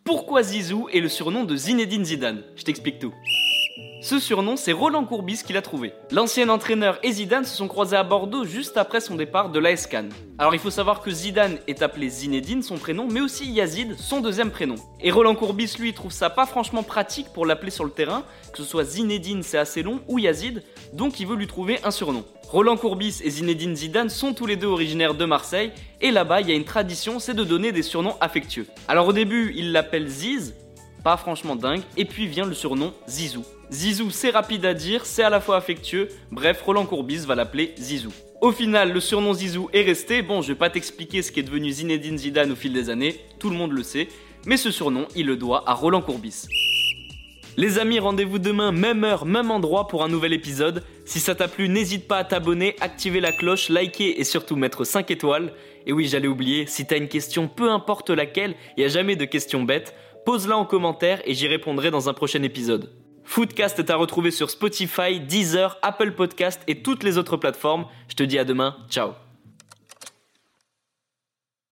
Pourquoi Zizou est le surnom de Zinedine Zidane ? Je t'explique tout. Ce surnom, c'est Roland Courbis qui l'a trouvé. L'ancien entraîneur et Zidane se sont croisés à Bordeaux juste après son départ de l'AS Cannes. Alors il faut savoir que Zidane est appelé Zinedine, son prénom, mais aussi Yazid, son deuxième prénom. Et Roland Courbis, lui, trouve ça pas franchement pratique pour l'appeler sur le terrain, que ce soit Zinedine, c'est assez long, ou Yazid, donc il veut lui trouver un surnom. Roland Courbis et Zinedine Zidane sont tous les deux originaires de Marseille, et là-bas, il y a une tradition, c'est de donner des surnoms affectueux. Alors au début, il l'appelle Ziz, pas franchement dingue, et puis vient le surnom Zizou. Zizou, c'est rapide à dire, c'est à la fois affectueux, bref, Roland Courbis va l'appeler Zizou. Au final, le surnom Zizou est resté, bon, je vais pas t'expliquer ce qui est devenu Zinedine Zidane au fil des années, tout le monde le sait, mais ce surnom, il le doit à Roland Courbis. Les amis, rendez-vous demain, même heure, même endroit pour un nouvel épisode. Si ça t'a plu, n'hésite pas à t'abonner, activer la cloche, liker et surtout mettre 5 étoiles. Et oui, j'allais oublier, si t'as une question, peu importe laquelle, il n'y a jamais de questions bêtes, pose-la en commentaire et j'y répondrai dans un prochain épisode. Footcast est à retrouver sur Spotify, Deezer, Apple Podcast et toutes les autres plateformes. Je te dis à demain, ciao.